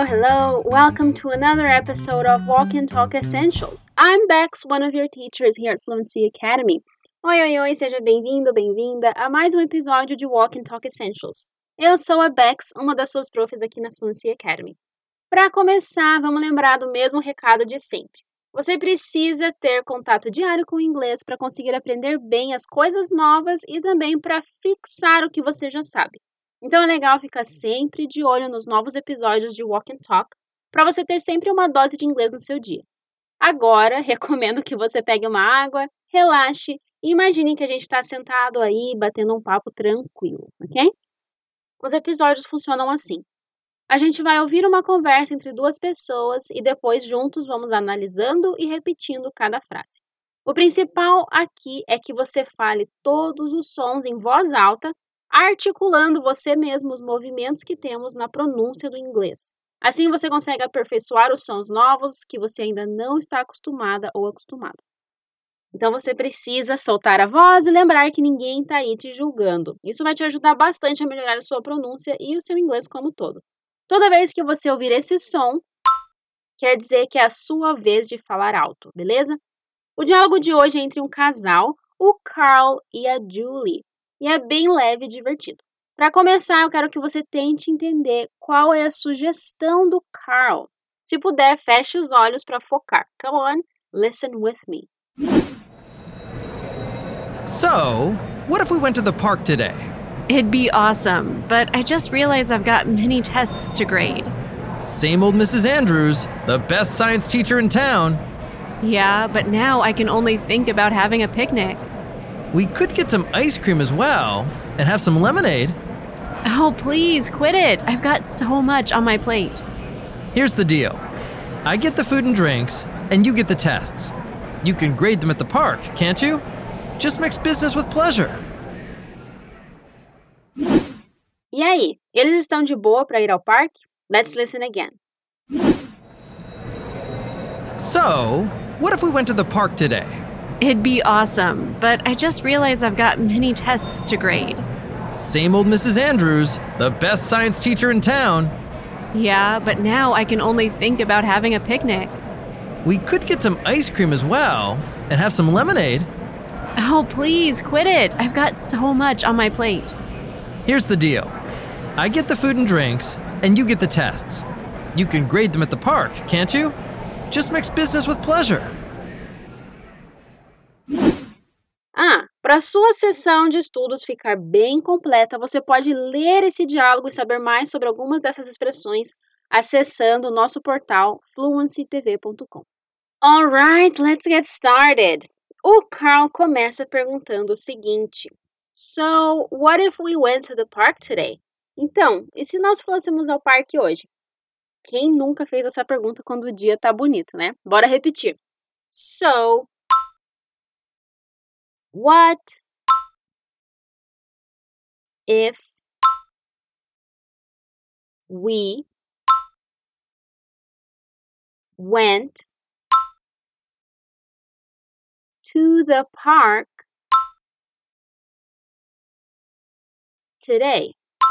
Hello! Welcome to another episode of Walk and Talk Essentials. I'm Bex, one of your teachers here at Fluency Academy. Oi, seja bem-vindo, bem-vinda a mais um episódio de Walk and Talk Essentials. Eu sou a Bex, uma das suas profs aqui na Fluency Academy. Para começar, vamos lembrar do mesmo recado de sempre. Você precisa ter contato diário com o inglês para conseguir aprender bem as coisas novas e também para fixar o que você já sabe. Então é legal ficar sempre de olho nos novos episódios de Walk and Talk para você ter sempre uma dose de inglês no seu dia. Agora, recomendo que você pegue uma água, relaxe e imagine que a gente está sentado aí batendo um papo tranquilo, ok? Os episódios funcionam assim. A gente vai ouvir uma conversa entre duas pessoas e depois juntos vamos analisando e repetindo cada frase. O principal aqui é que você fale todos os sons em voz alta, articulando você mesmo os movimentos que temos na pronúncia do inglês. Assim você consegue aperfeiçoar os sons novos que você ainda não está acostumada ou acostumado. Então você precisa soltar a voz e lembrar que ninguém está aí te julgando. Isso vai te ajudar bastante a melhorar a sua pronúncia e o seu inglês como um todo. Toda vez que você ouvir esse som, quer dizer que é a sua vez de falar alto, beleza? O diálogo de hoje é entre um casal, o Carl e a Julie, e é bem leve e divertido. Para começar, eu quero que você tente entender qual é a sugestão do Carl. Se puder, feche os olhos para focar. Come on, listen with me. So, what if we went to the park today? It'd be awesome, but I just realized I've got many tests to grade. Same old Mrs. Andrews, the best science teacher in town. Yeah, but now I can only think about having a picnic. We could get some ice cream as well, and have some lemonade. Oh, please, quit it. I've got so much on my plate. Here's the deal. I get the food and drinks, and you get the tests. You can grade them at the park, can't you? Just mix business with pleasure. E aí, eles estão de boa para ir ao parque? Let's listen again. So, what if we went to the park today? It'd be awesome, but I just realized I've got many tests to grade. Same old Mrs. Andrews, the best science teacher in town. Yeah, but now I can only think about having a picnic. We could get some ice cream as well, and have some lemonade. Oh, please, quit it. I've got so much on my plate. Here's the deal. I get the food and drinks, and you get the tests. You can grade them at the park, can't you? Just mix business with pleasure. Para sua sessão de estudos ficar bem completa, você pode ler esse diálogo e saber mais sobre algumas dessas expressões acessando o nosso portal fluencytv.com. Alright, let's get started. O Carl começa perguntando o seguinte: So, what if we went to the park today? Então, e se nós fôssemos ao parque hoje? Quem nunca fez essa pergunta quando o dia tá bonito, né? Bora repetir. So, what if we went to the park today?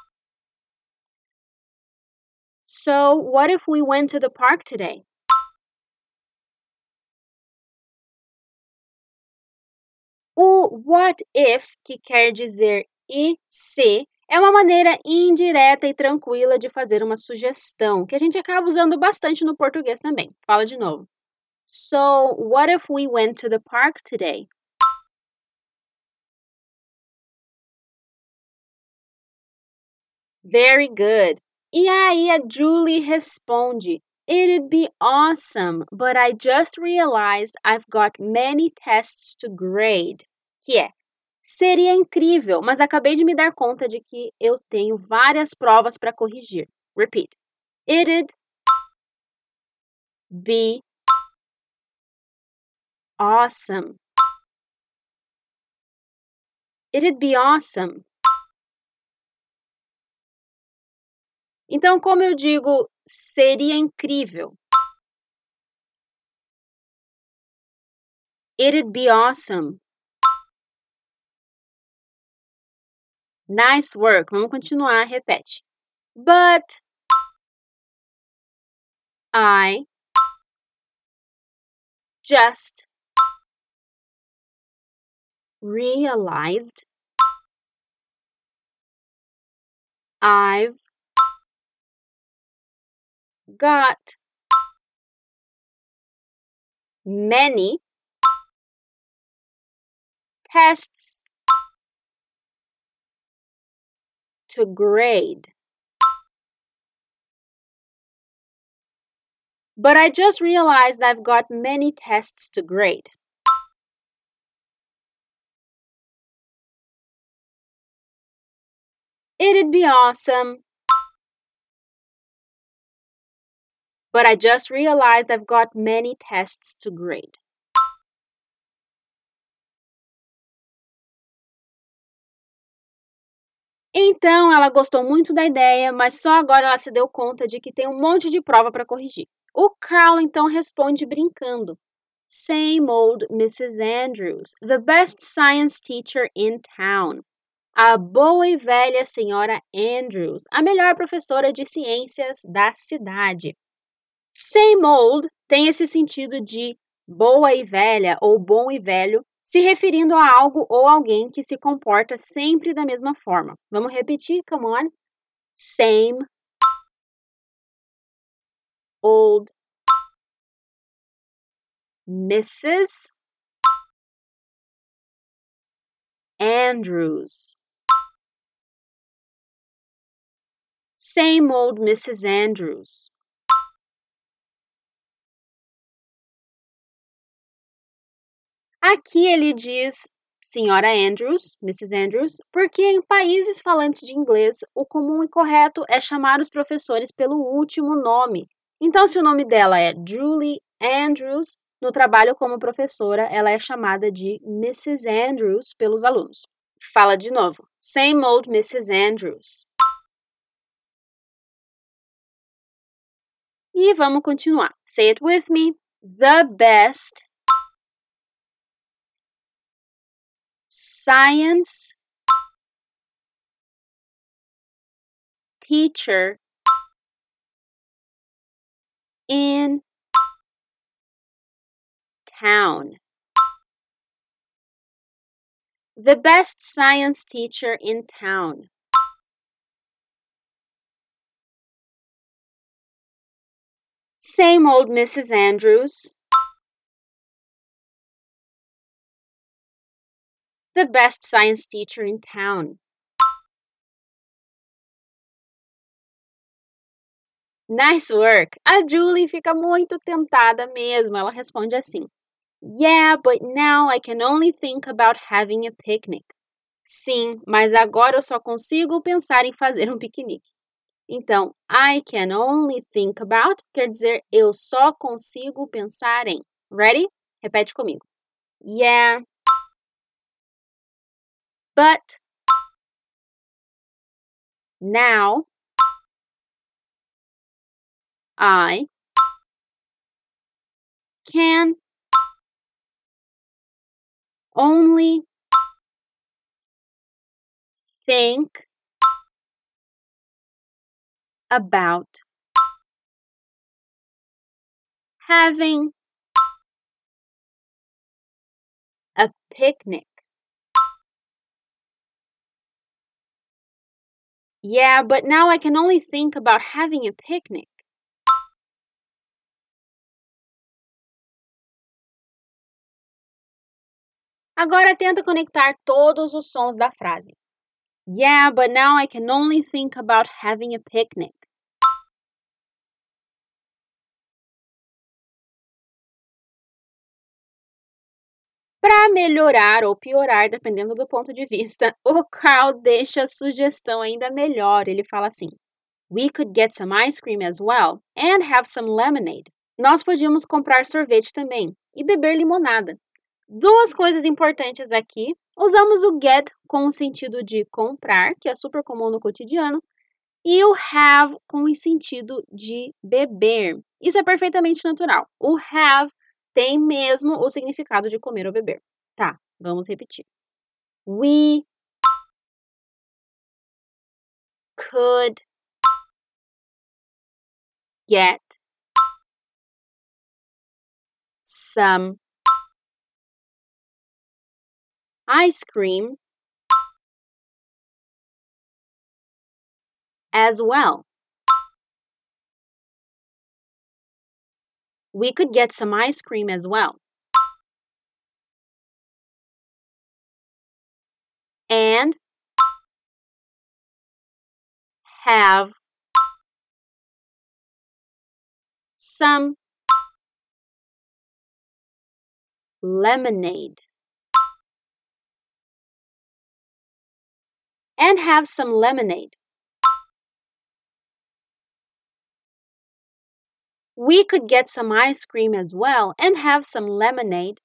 So, what if we went to the park today? O what if, que quer dizer e se, é uma maneira indireta e tranquila de fazer uma sugestão, que a gente acaba usando bastante no português também. Fala de novo. So, what if we went to the park today? Very good. E aí a Julie responde: It'd be awesome, but I just realized I've got many tests to grade. Que é: seria incrível, mas acabei de me dar conta de que eu tenho várias provas para corrigir. Repeat. It'd be awesome. It'd be awesome. Então, como eu digo, seria incrível. It'd be awesome. Nice work. Vamos continuar, repete. But I just realized I've got many tests to grade. But I just realized I've got many tests to grade. It'd be awesome. But I just realized I've got many tests to grade. Então, ela gostou muito da ideia, mas só agora ela se deu conta de que tem um monte de prova para corrigir. O Carl então responde brincando. Same old Mrs. Andrews, the best science teacher in town. A boa e velha senhora Andrews, a melhor professora de ciências da cidade. Same old tem esse sentido de boa e velha ou bom e velho, se referindo a algo ou alguém que se comporta sempre da mesma forma. Vamos repetir, come on. Same old Mrs. Andrews. Same old Mrs. Andrews. Aqui ele diz Senhora Andrews, Mrs. Andrews, porque em países falantes de inglês, o comum e correto é chamar os professores pelo último nome. Então, se o nome dela é Julie Andrews, no trabalho como professora, ela é chamada de Mrs. Andrews pelos alunos. Fala de novo. Same old Mrs. Andrews. E vamos continuar. Say it with me. The best science teacher in town. The best science teacher in town. Same old Mrs. Andrews. The best science teacher in town. Nice work! A Julie fica muito tentada mesmo. Ela responde assim: Yeah, but now I can only think about having a picnic. Sim, mas agora eu só consigo pensar em fazer um piquenique. Então, I can only think about quer dizer eu só consigo pensar em. Ready? Repete comigo. Yeah, but now I can only think about having a picnic. Yeah, but now I can only think about having a picnic. Agora tenta conectar todos os sons da frase. Yeah, but now I can only think about having a picnic. Para melhorar ou piorar, dependendo do ponto de vista, o Carl deixa a sugestão ainda melhor. Ele fala assim: We could get some ice cream as well and have some lemonade. Nós podíamos comprar sorvete também e beber limonada. Duas coisas importantes aqui. Usamos o get com o sentido de comprar, que é super comum no cotidiano, e o have com o sentido de beber. Isso é perfeitamente natural. O have tem mesmo o significado de comer ou beber. Tá, vamos repetir. We could get some ice cream as well. We could get some ice cream as well. And have some lemonade. And have some lemonade. We could get some ice cream as well and have some lemonade.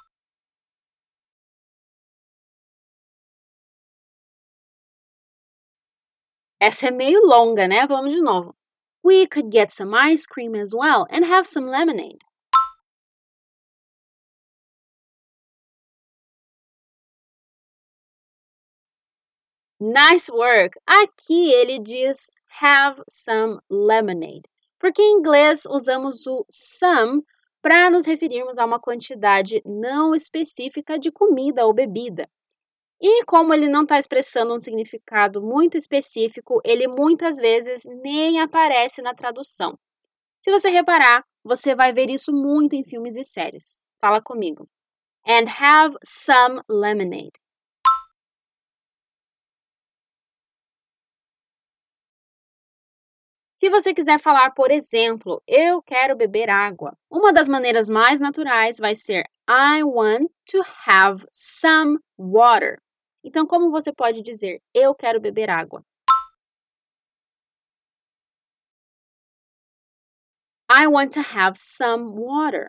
Essa é meio longa, né? Vamos de novo. We could get some ice cream as well and have some lemonade. Nice work! Aqui ele diz have some lemonade, porque em inglês usamos o some para nos referirmos a uma quantidade não específica de comida ou bebida. E como ele não está expressando um significado muito específico, ele muitas vezes nem aparece na tradução. Se você reparar, você vai ver isso muito em filmes e séries. Fala comigo. And have some lemonade. Se você quiser falar, por exemplo, eu quero beber água, uma das maneiras mais naturais vai ser I want to have some water. Então, como você pode dizer eu quero beber água? I want to have some water.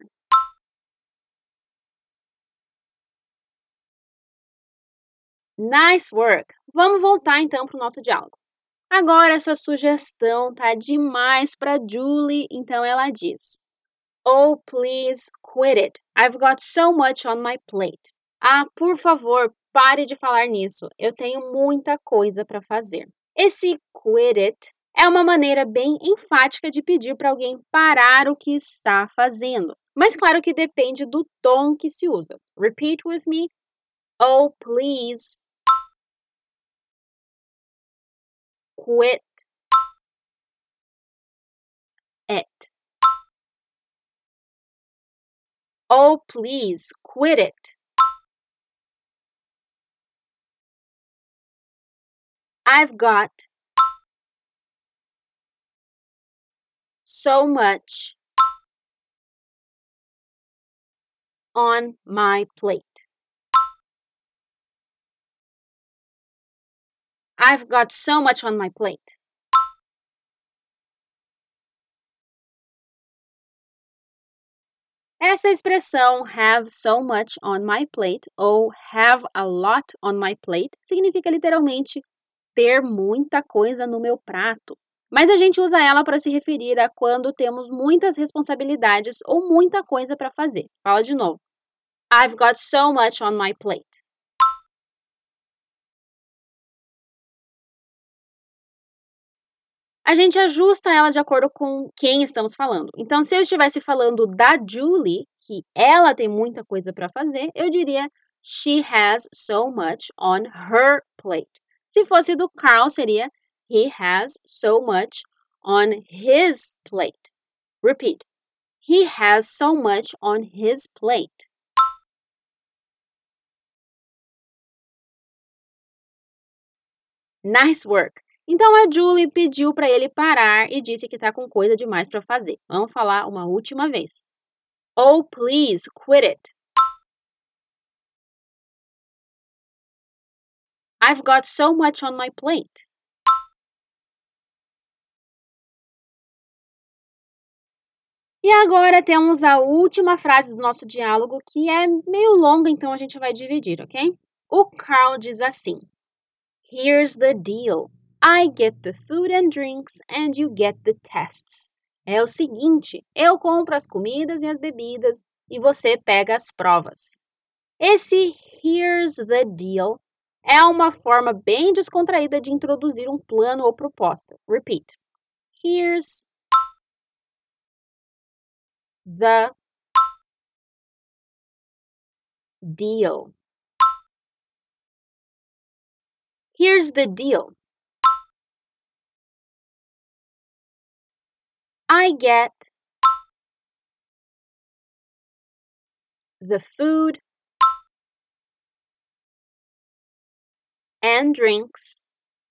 Nice work! Vamos voltar então para o nosso diálogo. Agora essa sugestão tá demais para Julie, então ela diz: Oh, please quit it. I've got so much on my plate. Ah, por favor, pare de falar nisso. Eu tenho muita coisa para fazer. Esse quit it é uma maneira bem enfática de pedir para alguém parar o que está fazendo. Mas claro que depende do tom que se usa. Repeat with me. Oh, please quit it. Oh, please quit it. I've got so much on my plate. I've got so much on my plate. Essa expressão have so much on my plate ou have a lot on my plate significa literalmente ter muita coisa no meu prato. Mas a gente usa ela para se referir a quando temos muitas responsabilidades ou muita coisa para fazer. Fala de novo. I've got so much on my plate. A gente ajusta ela de acordo com quem estamos falando. Então, se eu estivesse falando da Julie, que ela tem muita coisa para fazer, eu diria she has so much on her plate. Se fosse do Carl, seria he has so much on his plate. Repeat. He has so much on his plate. Nice work! Então a Julie pediu para ele parar e disse que está com coisa demais para fazer. Vamos falar uma última vez. Oh, please quit it. I've got so much on my plate. E agora temos a última frase do nosso diálogo, que é meio longa, então a gente vai dividir, ok? O Carl diz assim: Here's the deal. I get the food and drinks and you get the tests. É o seguinte, eu compro as comidas e as bebidas e você pega as provas. Esse here's the deal é uma forma bem descontraída de introduzir um plano ou proposta. Repeat. Here's the deal. Here's the deal. I get the food and drinks,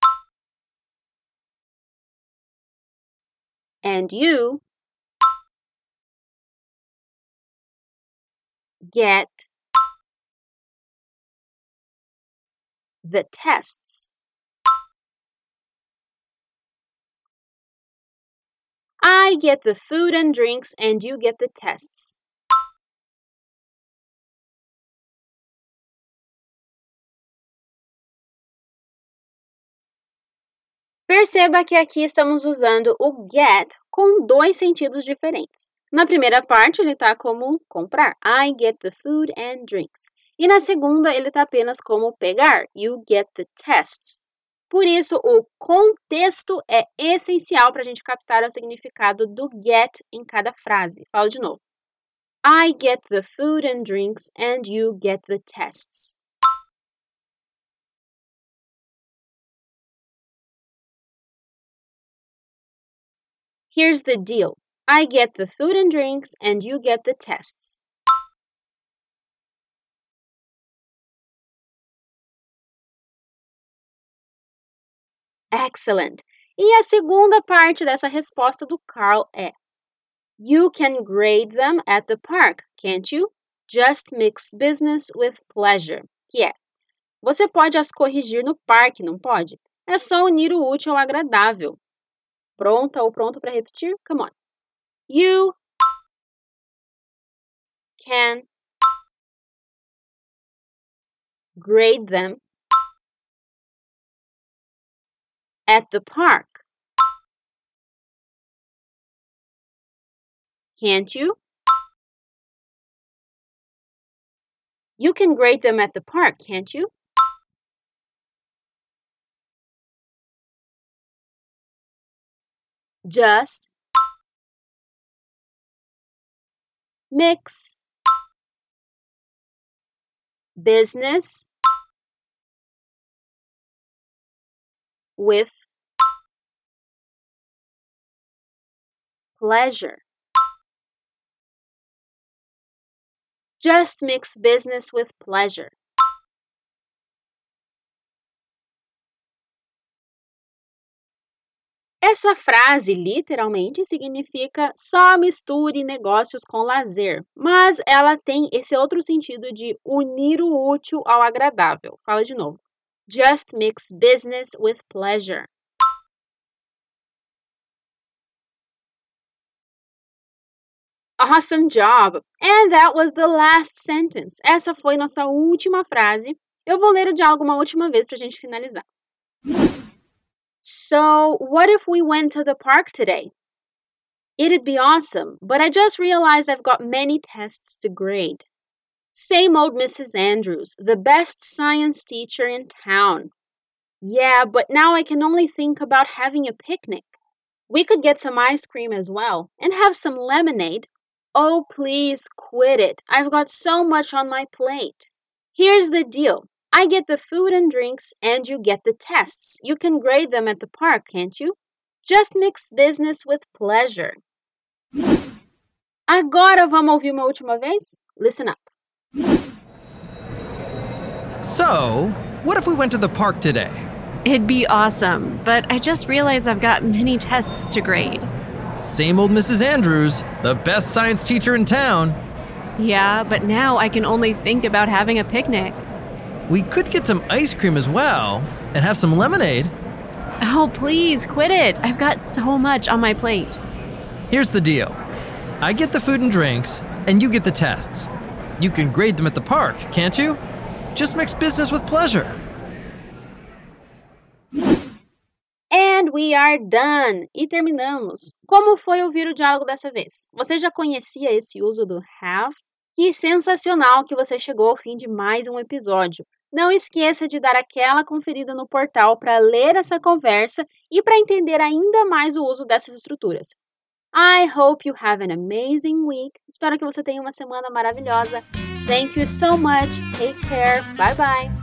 and you get the tests. I get the food and drinks, and you get the tests. Perceba que aqui estamos usando o get com dois sentidos diferentes. Na primeira parte, ele está como comprar. I get the food and drinks. E na segunda, ele está apenas como pegar. You get the tests. Por isso, o contexto é essencial para a gente captar o significado do get em cada frase. Falo de novo. I get the food and drinks and you get the tests. Here's the deal. I get the food and drinks and you get the tests. Excellent! E a segunda parte dessa resposta do Carl é: You can grade them at the park, can't you? Just mix business with pleasure. Que é: Você pode as corrigir no parque, não pode? É só unir o útil ao agradável. Pronta ou pronto para repetir? Come on. You can grade them at the park. Can't you? You can grade them at the park, can't you? Just mix business with pleasure. Just mix business with pleasure. Essa frase literalmente significa só misture negócios com lazer, mas ela tem esse outro sentido de unir o útil ao agradável. Fala de novo. Just mix business with pleasure. Awesome job! And that was the last sentence. Essa foi nossa última frase. Eu vou ler o diálogo uma última vez para a gente finalizar. So, what if we went to the park today? It'd be awesome, but I just realized I've got many tests to grade. Same old Mrs. Andrews, the best science teacher in town. Yeah, but now I can only think about having a picnic. We could get some ice cream as well, and have some lemonade. Oh, please quit it. I've got so much on my plate. Here's the deal. I get the food and drinks, and you get the tests. You can grade them at the park, can't you? Just mix business with pleasure. Agora vamos ouvir uma última vez? Listen up. So, what if we went to the park today? It'd be awesome, but I just realized I've got many tests to grade. Same old Mrs. Andrews, the best science teacher in town. Yeah, but now I can only think about having a picnic. We could get some ice cream as well, and have some lemonade. Oh, please quit it. I've got so much on my plate. Here's the deal. I get the food and drinks, and you get the tests. You can grade them at the park, can't you? Just mix business with pleasure. And we are done! E terminamos. Como foi ouvir o diálogo dessa vez? Você já conhecia esse uso do have? Que sensacional que você chegou ao fim de mais um episódio. Não esqueça de dar aquela conferida no portal para ler essa conversa e para entender ainda mais o uso dessas estruturas. I hope you have an amazing week. Espero que você tenha uma semana maravilhosa. Thank you so much. Take care. Bye bye.